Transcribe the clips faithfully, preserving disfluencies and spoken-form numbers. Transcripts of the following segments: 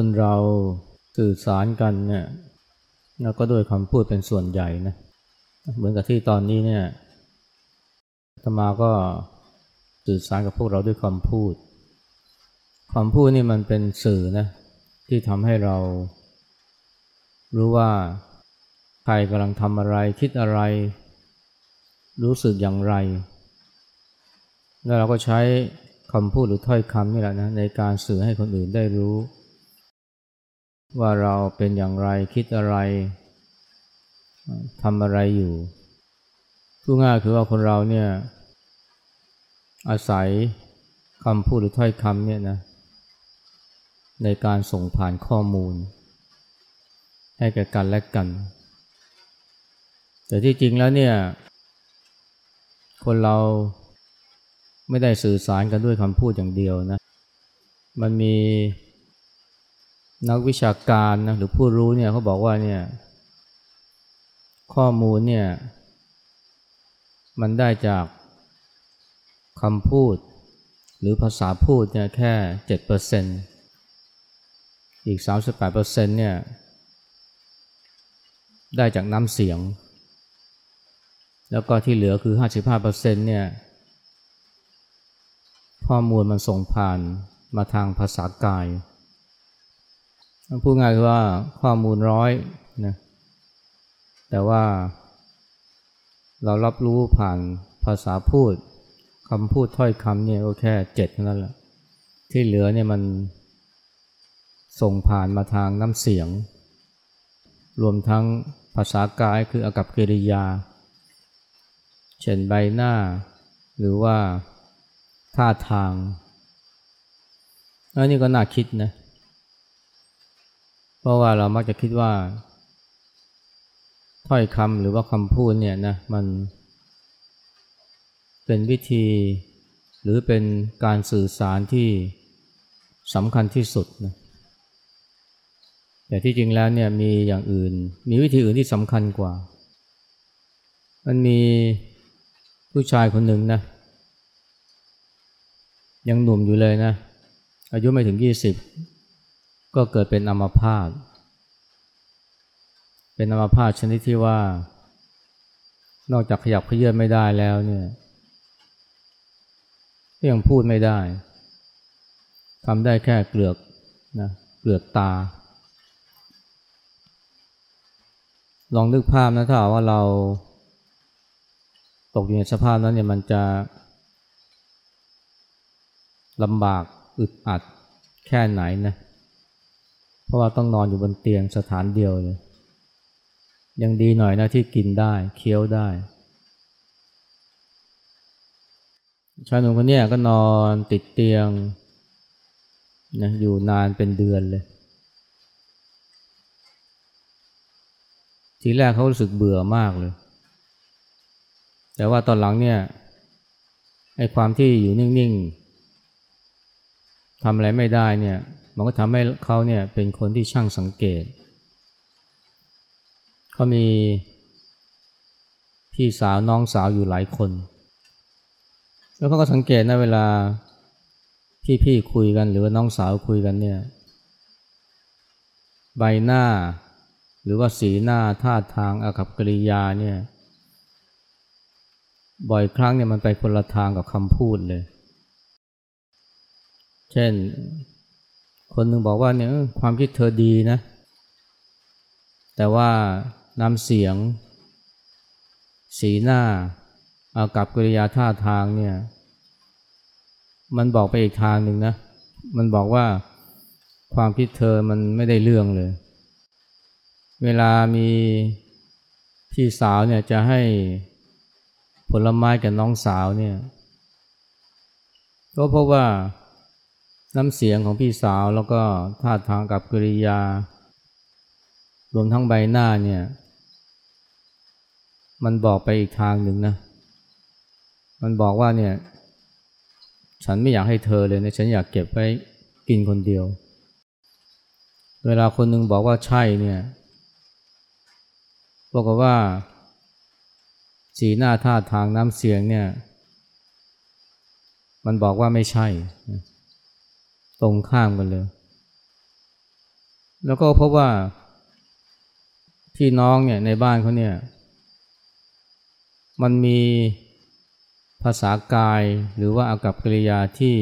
คนเราสื่อสารกันเนี่ยแล้วก็ด้วยคำพูดเป็นส่วนใหญ่นะเหมือนกับที่ตอนนี้เนี่ยอาตมาก็สื่อสารกับพวกเราด้วยคำพูดคำพูดนี่มันเป็นสื่อนะที่ทำให้เรารู้ว่าใครกำลังทำอะไรคิดอะไรรู้สึกอย่างไรแล้วเราก็ใช้คำพูดหรือถ้อยคำนี่แหละนะในการสื่อให้คนอื่นได้รู้ว่าเราเป็นอย่างไรคิดอะไรทำอะไรอยู่พูดง่ายคือว่าคนเราเนี่ยอาศัยคำพูดหรือถ้อยคำเนี่ยนะในการส่งผ่านข้อมูลให้แก่กันและกันแต่ที่จริงแล้วเนี่ยคนเราไม่ได้สื่อสารกันด้วยคำพูดอย่างเดียวนะมันมีนักวิชาการนะหรือผู้รู้เนี่ยเขาบอกว่าเนี่ยข้อมูลเนี่ยมันได้จากคำพูดหรือภาษาพูดเนี่ยแค่ เจ็ดเปอร์เซ็นต์ อีก สามสิบแปดเปอร์เซ็นต์ เนี่ยได้จากน้ำเสียงแล้วก็ที่เหลือคือ ห้าสิบห้าเปอร์เซ็นต์ เนี่ยข้อมูลมันส่งผ่านมาทางภาษากายพูดง่ายคือว่าข้อมูลร้อยนะแต่ว่าเรารับรู้ผ่านภาษาพูดคำพูดถ้อยคำเนี่ยก็แค่เจ็ดเท่านั้นแหละที่เหลือเนี่ยมันส่งผ่านมาทางน้ำเสียงรวมทั้งภาษากายคืออากัปกิริยาเช่นใบหน้าหรือว่าท่าทางอันนี้ก็น่าคิดนะเพราะว่าเรามักจะคิดว่าถ้อยคำหรือว่าคำพูดเนี่ยนะมันเป็นวิธีหรือเป็นการสื่อสารที่สำคัญที่สุดนะแต่ที่จริงแล้วเนี่ยมีอย่างอื่นมีวิธีอื่นที่สำคัญกว่ามันมีผู้ชายคนหนึ่งนะยังหนุ่มอยู่เลยนะอายุไม่ถึงยี่สิบก็เกิดเป็นอัมพาตเป็นอัมพาตชนิดที่ว่านอกจากขยับเขยื้อนไม่ได้แล้วเนี่ยก็ยังพูดไม่ได้ทำได้แค่เกลือกนะเกลือกตาลองนึกภาพนะถ้าว่าเราตกอยู่ในสภาพนั้นเนี่ยมันจะลำบากอึดอัดแค่ไหนนะเพราะว่าต้องนอนอยู่บนเตียงสถานเดียวเลยยังดีหน่อยนะที่กินได้เคี้ยวได้ชายหนุ่มคนนี้ก็นอนติดเตียงนะอยู่นานเป็นเดือนเลยทีแรกเขารู้สึกเบื่อมากเลยแต่ว่าตอนหลังเนี่ยไอ้ความที่อยู่นิ่งๆทำอะไรไม่ได้เนี่ยมันก็ทำให้เขาเนี่ยเป็นคนที่ช่างสังเกตเขามีพี่สาวน้องสาวอยู่หลายคนแล้วเขาก็สังเกตนะเวลาพี่ๆคุยกันหรือว่าน้องสาวคุยกันเนี่ยใบหน้าหรือว่าสีหน้าท่าทางอากัปกิริยาเนี่ยบ่อยครั้งเนี่ยมันไปคนละทางกับคำพูดเลยเช่นคนหนึ่งบอกว่าเนี่ยความคิดเธอดีนะแต่ว่าน้ำเสียงสีหน้าอากัปกิริยาท่าทางเนี่ยมันบอกไปอีกทางหนึ่งนะมันบอกว่าความคิดเธอมันไม่ได้เรื่องเลยเวลามีพี่สาวเนี่ยจะให้ผลไม้กับน้องสาวเนี่ยก็เพราะว่าน้ำเสียงของพี่สาวแล้วก็ท่าทางกับกิริยารวมทั้งใบหน้าเนี่ยมันบอกไปอีกทางหนึ่งนะมันบอกว่าเนี่ยฉันไม่อยากให้เธอเลยนะฉันอยากเก็บไว้กินคนเดียวเวลาคนหนึ่งบอกว่าใช่เนี่ยบอกว่าสีหน้าท่าทางน้ำเสียงเนี่ยมันบอกว่าไม่ใช่ตรงข้ามกันเลยแล้วก็พบว่าพี่น้องเนี่ยในบ้านเขาเนี่ยมันมีภาษากายหรือว่าอากัปกิริยาที่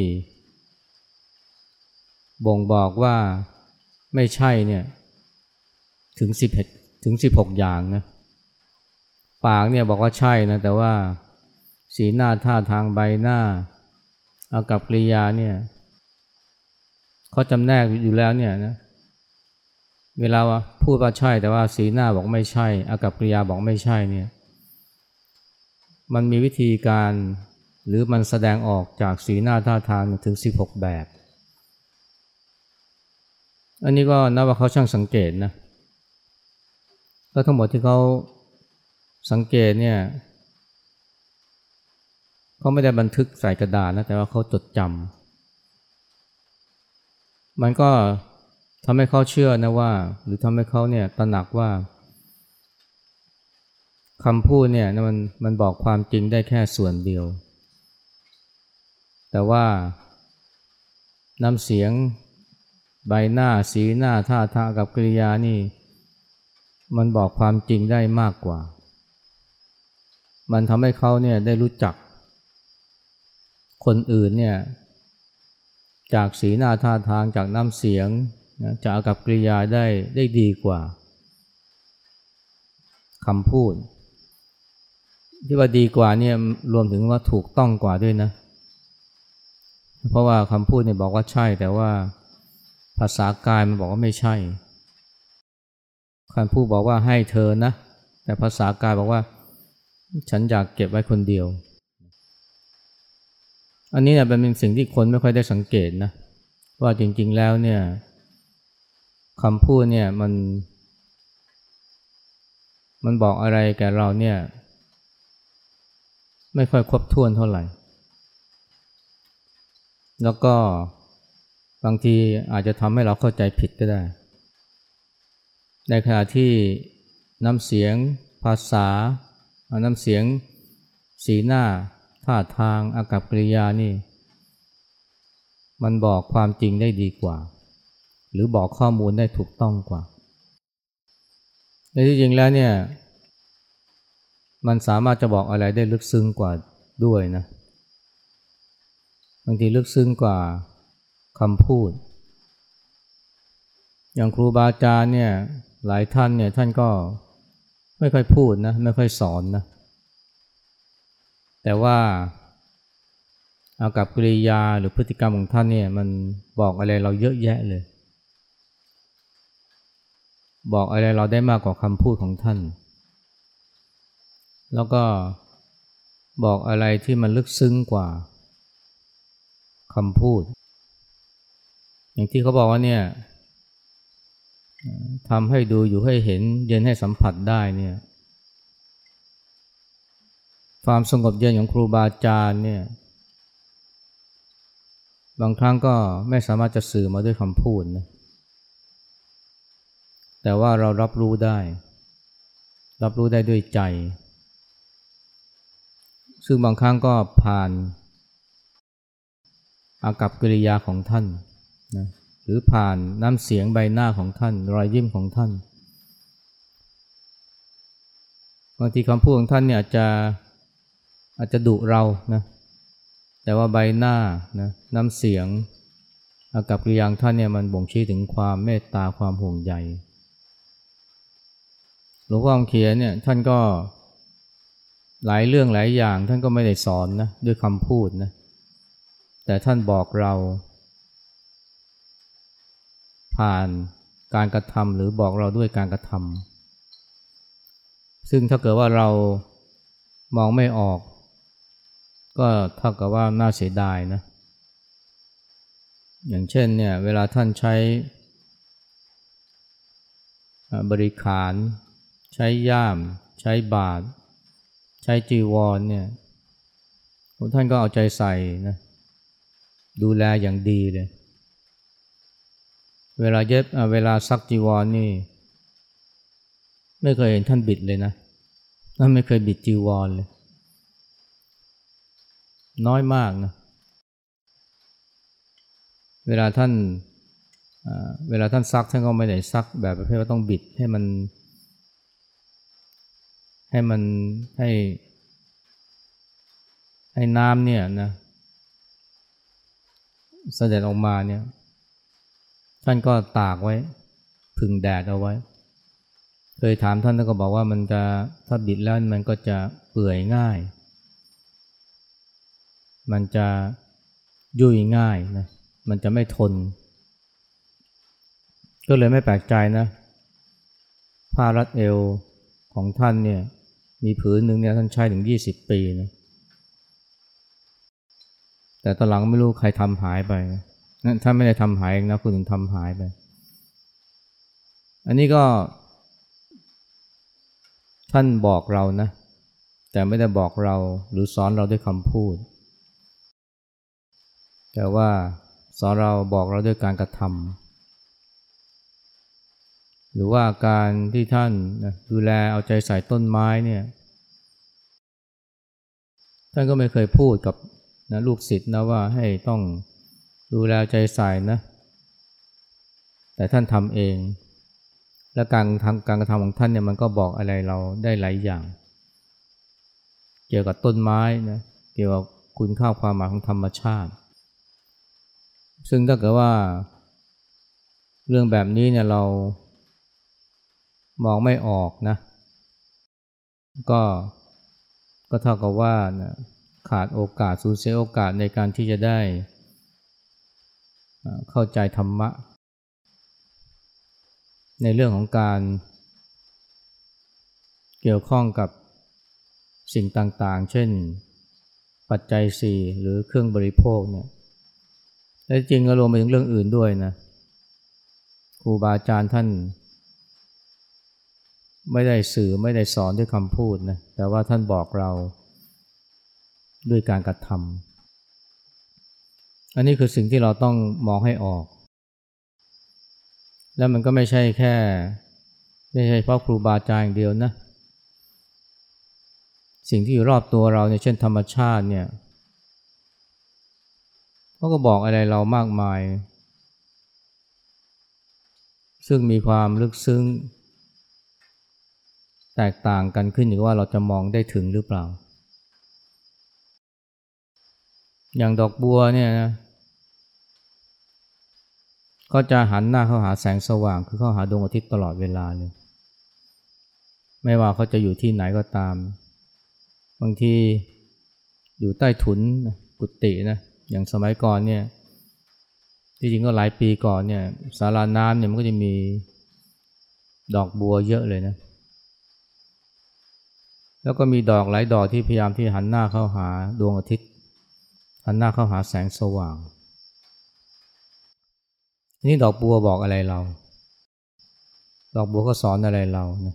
บ่งบอกว่าไม่ใช่เนี่ยถึงสิบถึงสิบหกอย่างนะปากเนี่ยบอกว่าใช่นะแต่ว่าสีหน้าท่าทางใบหน้าอากัปกิริยาเนี่ยเขาจำแนกอยู่แล้วเนี่ยนะเวลาพูดว่าใช่แต่ว่าสีหน้าบอกไม่ใช่อากัปกิริยาบอกไม่ใช่เนี่ยมันมีวิธีการหรือมันแสดงออกจากสีหน้าท่าทางถึงสิบหกแบบอันนี้ก็นับว่าเขาช่างสังเกตนะก็ทั้งหมดที่เขาสังเกตเนี่ยเขาไม่ได้บันทึกใส่กระดาษนะแต่ว่าเขาจดจำมันก็ทำให้เขาเชื่อนะว่าหรือทำให้เขาเนี่ยตระหนักว่าคำพูดเนี่ยมันมันบอกความจริงได้แค่ส่วนเดียวแต่ว่าน้ำเสียงใบหน้าสีหน้าท่าทางกับกริยานี่มันบอกความจริงได้มากกว่ามันทำให้เขาเนี่ยได้รู้จักคนอื่นเนี่ยจากสีหน้าท่าทางจากน้ำเสียงนะจากอากัปกิริยาได้ได้ดีกว่าคำพูดที่ว่าดีกว่าเนี่ยรวมถึงว่าถูกต้องกว่าด้วยนะเพราะว่าคำพูดเนี่ยบอกว่าใช่แต่ว่าภาษากายมันบอกว่าไม่ใช่คำพูดบอกว่าให้เธอนะแต่ภาษากายบอกว่าฉันอยากเก็บไว้คนเดียวอันนี้เนี่ยเป็นสิ่งที่คนไม่ค่อยได้สังเกตนะว่าจริงๆแล้วเนี่ยคำพูดเนี่ยมันมันบอกอะไรแก่เราเนี่ยไม่ค่อยครบถ้วนเท่าไหร่แล้วก็บางทีอาจจะทำให้เราเข้าใจผิดก็ได้ในขณะที่น้ำเสียงภาษาน้ำเสียงสีหน้าท่าทางอากัปกิริยานี่มันบอกความจริงได้ดีกว่าหรือบอกข้อมูลได้ถูกต้องกว่าในที่จริงแล้วเนี่ยมันสามารถจะบอกอะไรได้ลึกซึ้งกว่าด้วยนะบางทีลึกซึ้งกว่าคำพูดอย่างครูบาอาจารย์เนี่ยหลายท่านเนี่ยท่านก็ไม่ค่อยพูดนะไม่ค่อยสอนนะแต่ว่าอากัปกิริยาหรือพฤติกรรมของท่านเนี่ยมันบอกอะไรเราเยอะแยะเลยบอกอะไรเราได้มากกว่าคำพูดของท่านแล้วก็บอกอะไรที่มันลึกซึ้งกว่าคำพูดอย่างที่เขาบอกว่าเนี่ยทำให้ดูอยู่ให้เห็นเย็นให้สัมผัสได้เนี่ยความสงบเย็นของครูบาอาจารย์เนี่ยบางครั้งก็ไม่สามารถจะสื่อมาด้วยคำพูดนะแต่ว่าเรารับรู้ได้รับรู้ได้ด้วยใจซึ่งบางครั้งก็ผ่านอากัปกิริยาของท่านนะหรือผ่านน้ำเสียงใบหน้าของท่านรอยยิ้มของท่านบางทีคำพูดของท่านเนี่ยอาจจะอาจจะดุเรานะแต่ว่าใบหน้านะน้ำเสียงอากัปกิริยาของท่านเนี่ยมันบ่งชี้ถึงความเมตตาความห่วงใยหลวงพ่อคำเขียนเนี่ยท่านก็หลายเรื่องหลายอย่างท่านก็ไม่ได้สอนนะด้วยคำพูดนะแต่ท่านบอกเราผ่านการกระทำหรือบอกเราด้วยการกระทำซึ่งถ้าเกิดว่าเรามองไม่ออกก็เท่ากับว่าน่าเสียดายนะอย่างเช่นเนี่ยเวลาท่านใช้บริขารใช้ย่ามใช้บาตรใช้จีวรเนี่ยท่านก็เอาใจใส่นะดูแลอย่างดีเลยเวลาเย็บเวลาซักจีวรนี่ไม่เคยเห็นท่านบิดเลยนะท่านไม่เคยบิดจีวรเลยน้อยมากนะเวลาท่านเวลาท่านซักท่านก็ไม่ได้ซักแบบประเภทว่าต้องบิดให้มันให้มันให้ให้น้ำเนี่ยนะเสด็จออกมาเนี่ยท่านก็ตากไว้ผึ่งแดดเอาไว้เคยถามท่านท่านก็บอกว่ามันจะถ้าบิดแล้วมันก็จะเปื่อยง่ายมันจะยุ่ยง่ายนะมันจะไม่ทนก็เลยไม่แปลกใจนะผ้ารัดเอวของท่านเนี่ยมีผืนหนึ่งเนี่ยท่านใช้ถึงยี่สิบปีนะแต่ตอนหลังไม่รู้ใครทำหายไปนะถ้าไม่ได้ทำหายเองนะคนอื่นทำหายไปอันนี้ก็ท่านบอกเรานะแต่ไม่ได้บอกเราหรือสอนเราด้วยคำพูดแต่ว่าสอนเราบอกเราด้วยการกระทำหรือว่าการที่ท่านนะดูแลเอาใจใส่ต้นไม้เนี่ยท่านก็ไม่เคยพูดกับนะลูกศิษย์นะว่าให้ต้องดูแลใจใส่นะแต่ท่านทำเองและการทำการกระทำของท่านเนี่ยมันก็บอกอะไรเราได้หลายอย่างเกี่ยวกับต้นไม้นะเกี่ยวกับคุณค่าความหมายของธรรมชาติซึ่งถ้าเกิดว่าเรื่องแบบนี้เนี่ยเรามองไม่ออกนะก็ก็เท่ากับว่านะขาดโอกาสสูญเสียโอกาสในการที่จะได้เข้าใจธรรมะในเรื่องของการเกี่ยวข้องกับสิ่งต่างๆเช่นปัจจัยสี่หรือเครื่องบริโภคเนี่ยและจริงก็รวมไปถึงเรื่องอื่นด้วยนะครูบาอาจารย์ท่านไม่ได้สื่อไม่ได้สอนด้วยคำพูดนะแต่ว่าท่านบอกเราด้วยการกระทำอันนี้คือสิ่งที่เราต้องมองให้ออกแล้วมันก็ไม่ใช่แค่ไม่ใช่เพราะครูบาอาจารย์อย่างเดียวนะสิ่งที่อยู่รอบตัวเราเนี่ยเช่นธรรมชาติเนี่ยเขาก็บอกอะไรเรามากมายซึ่งมีความลึกซึ้งแตกต่างกันขึ้นอยู่ว่าเราจะมองได้ถึงหรือเปล่าอย่างดอกบัวเนี่ยนะก็จะหันหน้าเข้าหาแสงสว่างคือเข้าหาดวงอาทิตย์ตลอดเวลาเลยไม่ว่าเขาจะอยู่ที่ไหนก็ตามบางทีอยู่ใต้ถุนกุฏินะอย่างสมัยก่อนเนี่ยที่จริงก็หลายปีก่อนเนี่ยศาลาน้ำเนี่ยมันก็จะมีดอกบัวเยอะเลยนะแล้วก็มีดอกหลายดอกที่พยายามที่หันหน้าเข้าหาดวงอาทิตย์หันหน้าเข้าหาแสงสว่างนี่ดอกบัวบอกอะไรเราดอกบัวก็สอนอะไรเรานะ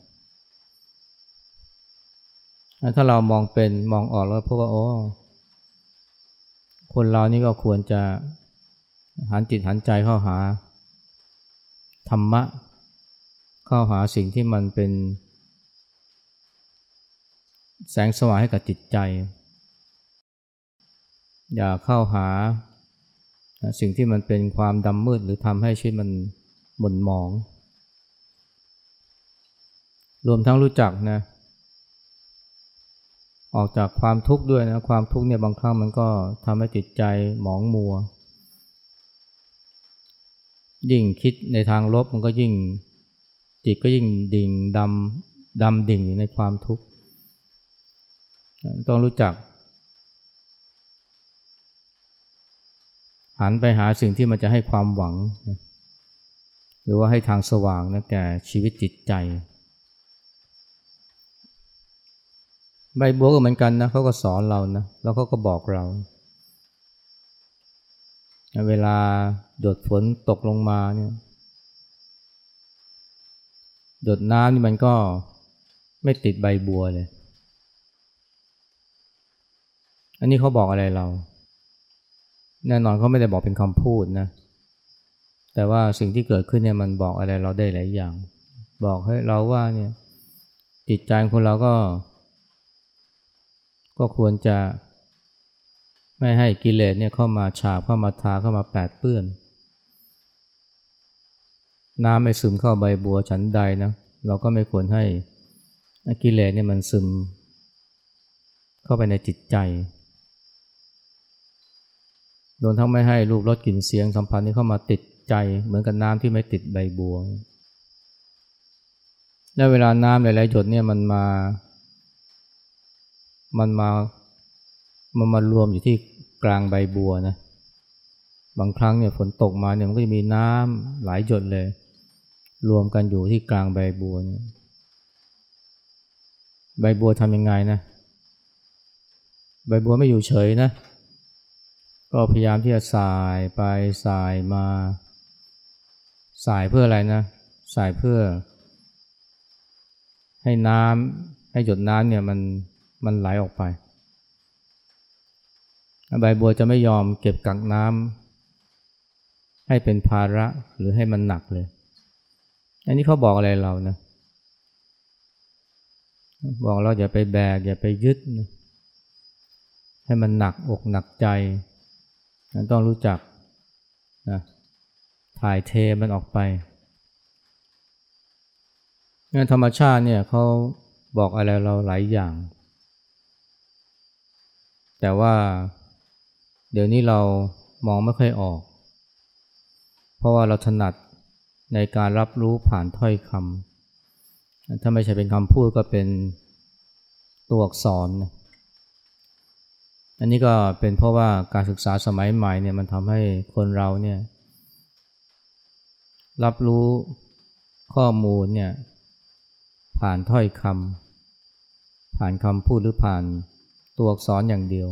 ถ้าเรามองเป็นมองออกแล้วเพราะว่าโอ้คนเรานี่ก็ควรจะหันจิตหันใจเข้าหาธรรมะเข้าหาสิ่งที่มันเป็นแสงสว่างให้กับจิตใจอย่าเข้าหาสิ่งที่มันเป็นความดำมืดหรือทำให้ชีวิตมันหม่นหมองรวมทั้งรู้จักนะออกจากความทุกข์ด้วยนะความทุกข์เนี่ยบางครั้งมันก็ทำให้จิตใจหมองมัวยิ่งคิดในทางลบมันก็ยิ่งจิตก็ยิ่งดิ่งดำดำดิ่งอยู่ในความทุกข์ต้องรู้จักหันไปหาสิ่งที่มันจะให้ความหวังหรือว่าให้ทางสว่างนะแก่ชีวิตจิตใจใบบัวก็เหมือนกันนะเขาก็สอนเรานะแล้วเขาก็บอกเราเวลาหยดฝนตกลงมาเนี่ยหยดน้ำนี่มันก็ไม่ติดใบบัวเลยอันนี้เขาบอกอะไรเราแน่นอนเขาไม่ได้บอกเป็นคำพูดนะแต่ว่าสิ่งที่เกิดขึ้นเนี่ยมันบอกอะไรเราได้หลายอย่างบอกให้เราว่าเนี่ยจิตใจของเราก็ก็ควรจะไม่ให้กิเลสเนี่ยเข้ามาฉาบเข้ามาทาเข้ามาแปดเปื้อนน้ำไม่ซึมเข้าใบบัวฉันใดนะเราก็ไม่ควรให้กิเลสเนี่ยมันซึมเข้าไปในจิตใจโดนทั้งไม่ให้รูปรสกลิ่นเสียงสัมผัสนี้เข้ามาติดใจเหมือนกับน้ำที่ไม่ติดใบบัวและเวลาน้ำหลายๆหยดเนี่ยมันมามันมามันมารวมอยู่ที่กลางใบบัวนะบางครั้งเนี่ยฝนตกมาเนี่ยมันก็จะมีน้ำหลายหยดเลยรวมกันอยู่ที่กลางใบบัวเนี่ยใบบัวทำยังไงนะใบบัวไม่อยู่เฉยนะก็พยายามที่จะสายไปสายมาสายเพื่ออะไรนะสายเพื่อให้น้ำให้หยดน้ำเนี่ยมันมันไหลออกไปใบบัวจะไม่ยอมเก็บกักน้ำให้เป็นภาระหรือให้มันหนักเลยอันนี้เขาบอกอะไรเรานะบอกเราอย่าไปแบกอย่าไปยึดนะให้มันหนักอกหนักใจต้องรู้จักนะถ่ายเทมันออกไปงานธรรมชาติเนี่ยเขาบอกอะไรเราหลายอย่างแต่ว่าเดี๋ยวนี้เรามองไม่ค่อยออกเพราะว่าเราถนัดในการรับรู้ผ่านถ้อยคำถ้าไม่ใช่เป็นคำพูดก็เป็นตัวอักษรนะอันนี้ก็เป็นเพราะว่าการศึกษาสมัยใหม่เนี่ยมันทำให้คนเราเนี่ยรับรู้ข้อมูลเนี่ยผ่านถ้อยคำผ่านคำพูดหรือผ่านตัวอักษรอย่างเดียว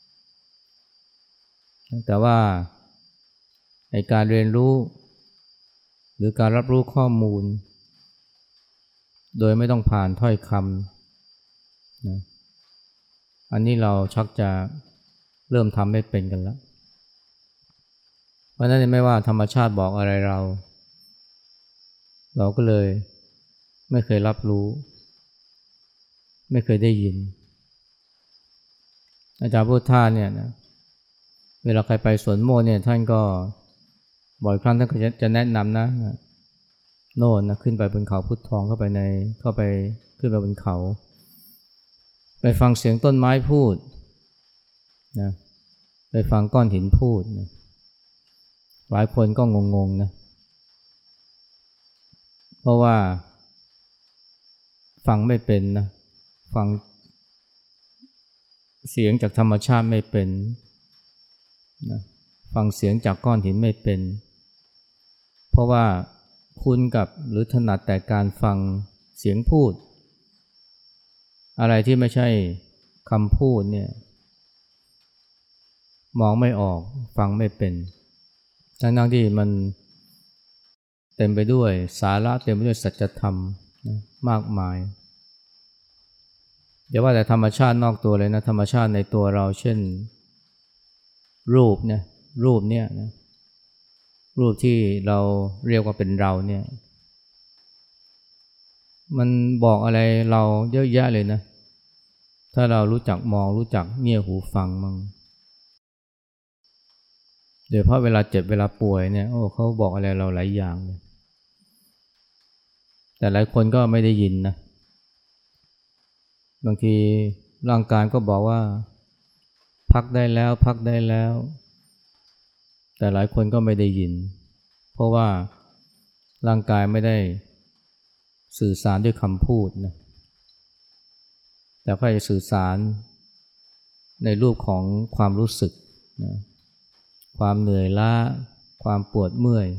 แต่ว่าในการเรียนรู้หรือการรับรู้ข้อมูลโดยไม่ต้องผ่านถ้อยคำนะอันนี้เราชักจะเริ่มทำไม่เป็นกันแล้วเพราะนั้นไม่ว่าธรรมชาติบอกอะไรเราเราก็เลยไม่เคยรับรู้ไม่เคยได้ยินอาจารย์พุทธาเนี่ยนะเวลาใครไปสวนโมกเนี่ยท่านก็บ่อยครั้งท่านก็จะแนะนำนะโน่นนะขึ้นไปบนเขาพุทธทองเข้าไปในเข้าไปขึ้นไปบนเขาไปฟังเสียงต้นไม้พูดนะไปฟังก้อนหินพูดนะหลายคนก็งงๆนะเพราะว่าฟังไม่เป็นนะฟังเสียงจากธรรมชาติไม่เป็นนะฟังเสียงจากก้อนหินไม่เป็นเพราะว่าคุ้นกับหรือถนัดแต่การฟังเสียงพูดอะไรที่ไม่ใช่คำพูดเนี่ยมองไม่ออกฟังไม่เป็นทั้งๆที่มันเต็มไปด้วยสาระเต็มไปด้วยสัจธรรมนะมากมายอย่าว่าแต่ธรรมชาตินอกตัวเลยนะธรรมชาติในตัวเราเช่นรูปเนี่ยรูปเนี่ยนะรูปที่เราเรียกว่าเป็นเราเนี่ยมันบอกอะไรเราเยอะแยะเลยนะถ้าเรารู้จักมองรู้จักเงี่ยหูฟังมั่งโดยเฉพาะเวลาเจ็บเวลาป่วยเนี่ยโอ้เขาบอกอะไรเราหลายอย่างเลยแต่หลายคนก็ไม่ได้ยินนะบางทีร่างกายก็บอกว่าพักได้แล้วพักได้แล้วแต่หลายคนก็ไม่ได้ยินเพราะว่าร่างกายไม่ได้สื่อสารด้วยคำพูดนะแต่ก็จะสื่อสารในรูปของความรู้สึกนะความเหนื่อยล้าความปวดเมื่อย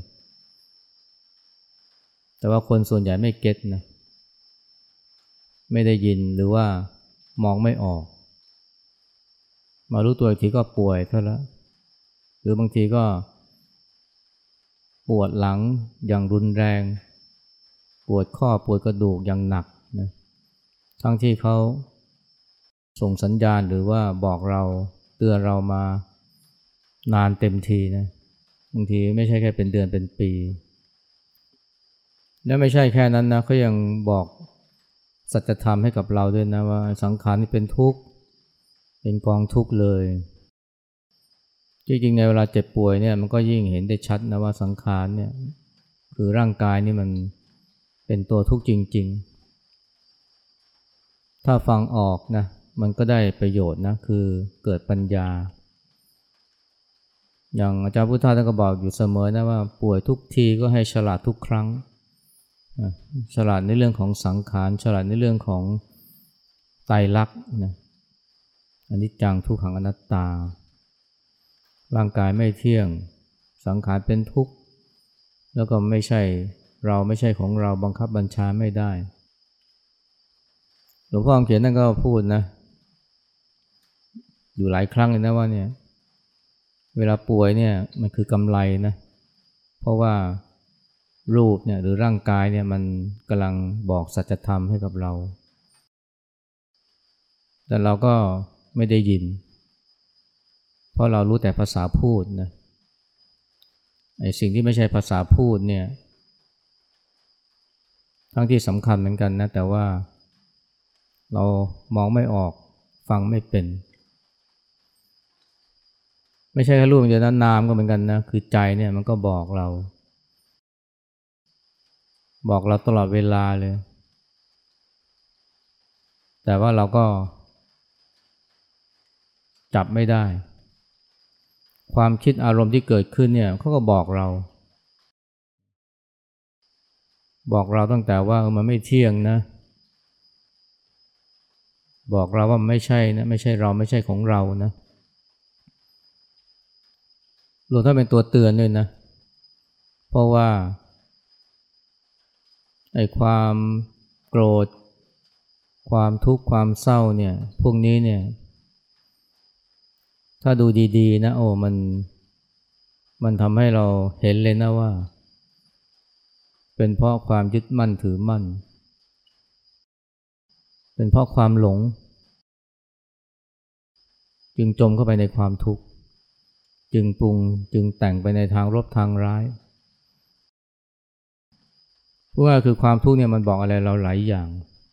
แต่ว่าคนส่วนใหญ่ไม่เก็ตนะไม่ได้ยินหรือว่ามองไม่ออกมารู้ตัวอีกทีก็ป่วยเท่านั้นหรือบางทีก็ปวดหลังอย่างรุนแรงปวดข้อปวดกระดูกอย่างหนักนะทั้งที่เขาส่งสัญญาณหรือว่าบอกเราเตือนเรามานานเต็มทีนะบางทีไม่ใช่แค่เป็นเดือนเป็นปีและไม่ใช่แค่นั้นนะเขายังบอกสัจธรรมให้กับเราด้วยนะว่าสังขารนี่เป็นทุกข์เป็นกองทุกข์เลยจริงๆในเวลาเจ็บป่วยเนี่ยมันก็ยิ่งเห็นได้ชัดนะว่าสังขารเนี่ยคือร่างกายนี่มันเป็นตัวทุกข์จริงๆถ้าฟังออกนะมันก็ได้ประโยชน์นะคือเกิดปัญญาอย่างอาจารย์พุทธาท่านก็บอกอยู่เสมอนะว่าป่วยทุกทีก็ให้ฉลาดทุกครั้งฉลาดในเรื่องของสังขารฉลาดในเรื่องของไตรลักษณ์นะอนิจจังทุกขังอนัตตาร่างกายไม่เที่ยงสังขารเป็นทุกข์แล้วก็ไม่ใช่เราไม่ใช่ของเราบังคับบัญชาไม่ได้หลวงพ่อเขียนนั่นก็พูดนะอยู่หลายครั้งเลยนะว่าเนี่ยเวลาป่วยเนี่ยมันคือกำไรนะเพราะว่ารูปเนี่ยหรือร่างกายเนี่ยมันกำลังบอกสัจธรรมให้กับเราแต่เราก็ไม่ได้ยินเพราะเรารู้แต่ภาษาพูดนะไอ้สิ่งที่ไม่ใช่ภาษาพูดเนี่ยทั้งที่สำคัญเหมือนกันนะแต่ว่าเรามองไม่ออกฟังไม่เป็นไม่ใช่แค่รูปอย่างเดียวนะนามก็เหมือนกันนะคือใจเนี่ยมันก็บอกเราบอกเราตลอดเวลาเลยแต่ว่าเราก็จับไม่ได้ความคิดอารมณ์ที่เกิดขึ้นเนี่ยเขาก็บอกเราบอกเราตั้งแต่ว่ามันไม่เที่ยงนะบอกเราว่าไม่ใช่นะไม่ใช่เราไม่ใช่ของเรานะรวมทั้งเป็นตัวเตือนด้วยนะเพราะว่าไอ้ความโกรธความทุกข์ความเศร้าเนี่ยพวกนี้เนี่ยถ้าดูดีๆนะโอ้มันมันทำให้เราเห็นเลยนะว่าเป็นเพราะความยึดมั่นถือมั่นเป็นเพราะความหลงจึงจมเข้าไปในความทุกข์จึงปรุงจึงแต่งไปในทางลบทางร้ายเพราะว่าคือความทุกข์เนี่ยมันบอกอะไรเราหลายอย่าง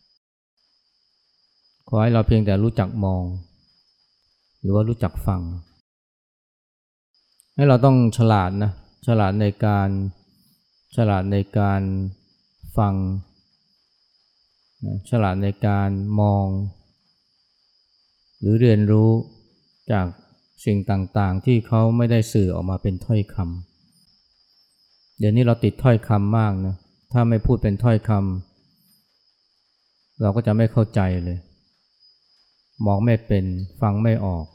ขอให้เราเพียงแต่รู้จักมองหรือว่ารู้จักฟังให้เราต้องฉลาดนะฉลาดในการฉลาดในการฟังนะฉลาดในการมองหรือเรียนรู้จากสิ่งต่างๆที่เขาไม่ได้สื่อออกมาเป็นถ้อยคำเดี๋ยวนี้เราติดถ้อยคำมากนะถ้าไม่พูดเป็นถ้อยคำเราก็จะไม่เข้าใจเลยมองไม่เป็นฟังไม่ออก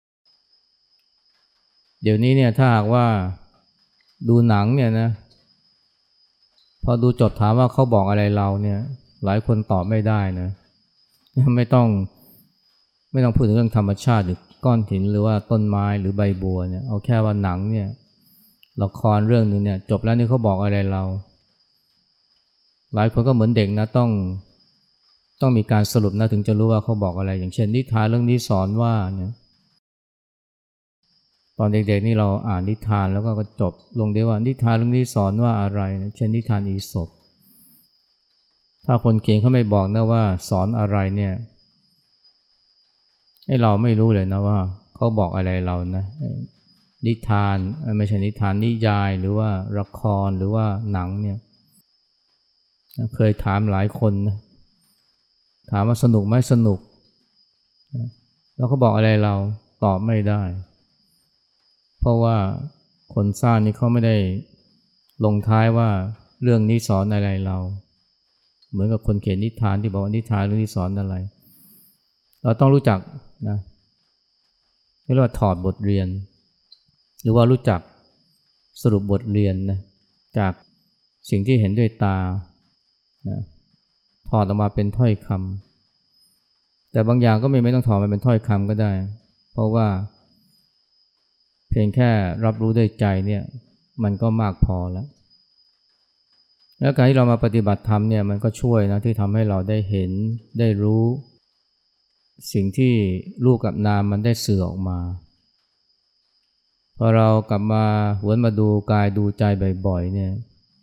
เดี๋ยวนี้เนี่ยถ้าหากว่าดูหนังเนี่ยนะพอดูจบถามว่าเขาบอกอะไรเราเนี่ยหลายคนตอบไม่ได้นะไม่ต้องไม่ต้องพูดถึงเรื่องธรรมชาติหรือก้อนหินหรือว่าต้นไม้หรือใบบัวเนี่ยเอาแค่ว่าหนังเนี่ยละครเรื่องนึงเนี่ยจบแล้วนี่เขาบอกอะไรเราหลายคนก็เหมือนเด็กนะต้องต้องมีการสรุปนะถึงจะรู้ว่าเขาบอกอะไรอย่างเช่นนิทานเรื่องนี้สอนว่าเนี่ยตอนเด็กๆนี่เราอ่านนิทานแล้วก็จบลงได้ว่านิทานเรื่องนี้สอนว่าอะไรนะเช่นนิทานอีสปถ้าคนเขียนเขาไม่บอกนะว่าสอนอะไรเนี่ยให้เราไม่รู้เลยนะว่าเขาบอกอะไรเรานะนิทานไม่ใช่นิทานนิยายหรือว่าละครหรือว่าหนังเนี่ยเคยถามหลายคนนะถามว่าสนุกไหมสนุกแล้วเขาบอกอะไรเราตอบไม่ได้เพราะว่าคนสร้างนี่เขาไม่ได้ลงท้ายว่าเรื่องนี้สอนอะไรเราเหมือนกับคนเขียนนิทานที่บอกว่านิทานเรื่องนี้สอนอะไรเราต้องรู้จักนะเรียกว่าถอดบทเรียนหรือว่ารู้จักสรุปบทเรียนนะจากสิ่งที่เห็นด้วยตานะถอดออกมาเป็นถ้อยคำแต่บางอย่างก็ไม่ไม่ต้องถอดมาเป็นถ้อยคำก็ได้เพราะว่าเพียงแค่รับรู้ด้วยใจเนี่ยมันก็มากพอแล้วแล้วการที่เรามาปฏิบัติธรรมเนี่ยมันก็ช่วยนะที่ทำให้เราได้เห็นได้รู้สิ่งที่รูปกับนามมันได้สื่อออกมาพอเรากลับมาหวนมาดูกายดูใจบ่อยๆเนี่ย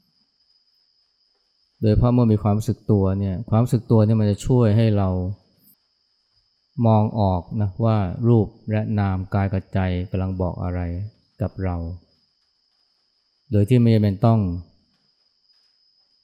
โดยเพราะเมื่อมีความรู้สึกตัวเนี่ยความรู้สึกตัวเนี่ยมันจะช่วยให้เรามองออกนะว่ารูปและนามกายกับใจกำลังบอกอะไรกับเราโดยที่ไม่จำเป็นต้อง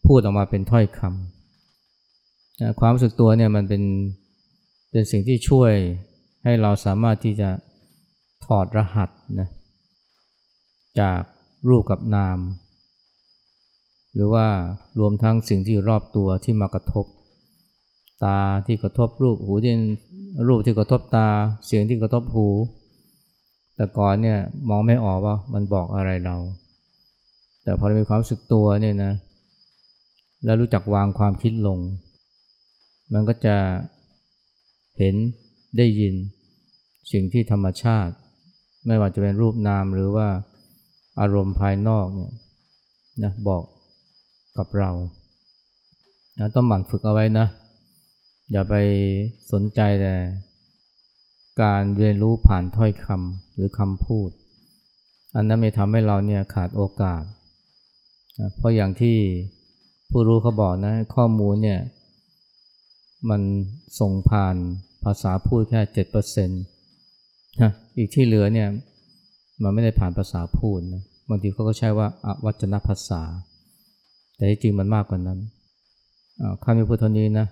พูดออกมาเป็นถ้อยคำนะความรู้สึกตัวเนี่ยมันเป็นเป็นสิ่งที่ช่วยให้เราสามารถที่จะถอดรหัสนะจากรูปกับนามหรือว่ารวมทั้งสิ่งที่อยู่รอบตัวที่มากระทบตาที่กระทบรูปหูที่รูปที่กระทบตาเสียงที่กระทบหูแต่ก่อนเนี่ยมองไม่ออกว่ามันบอกอะไรเราแต่พอเรามีความรู้สึกตัวเนี่ยนะแล้วรู้จักวางความคิดลงมันก็จะเห็นได้ยินสิ่งที่ธรรมชาติไม่ว่าจะเป็นรูปนามหรือว่าอารมณ์ภายนอกเนี่ยนะบอกกับเรานะต้องหมั่นฝึกเอาไว้นะอย่าไปสนใจแต่การเรียนรู้ผ่านถ้อยคำหรือคำพูดอันนั้นไม่ทำให้เราเนี่ยขาดโอกาสนะเพราะอย่างที่ผู้รู้เขาบอกนะข้อมูลเนี่ยมันส่งผ่านภาษาพูดแค่ เจ็ดเปอร์เซ็นต์ นะอีกที่เหลือเนี่ยมันไม่ได้ผ่านภาษาพูดนะบางทีเขาก็ใช้ว่าอวัจนภาษาแต่ที่จริงมันมากกว่านั้นคำนี้พูดเท่านี้นะ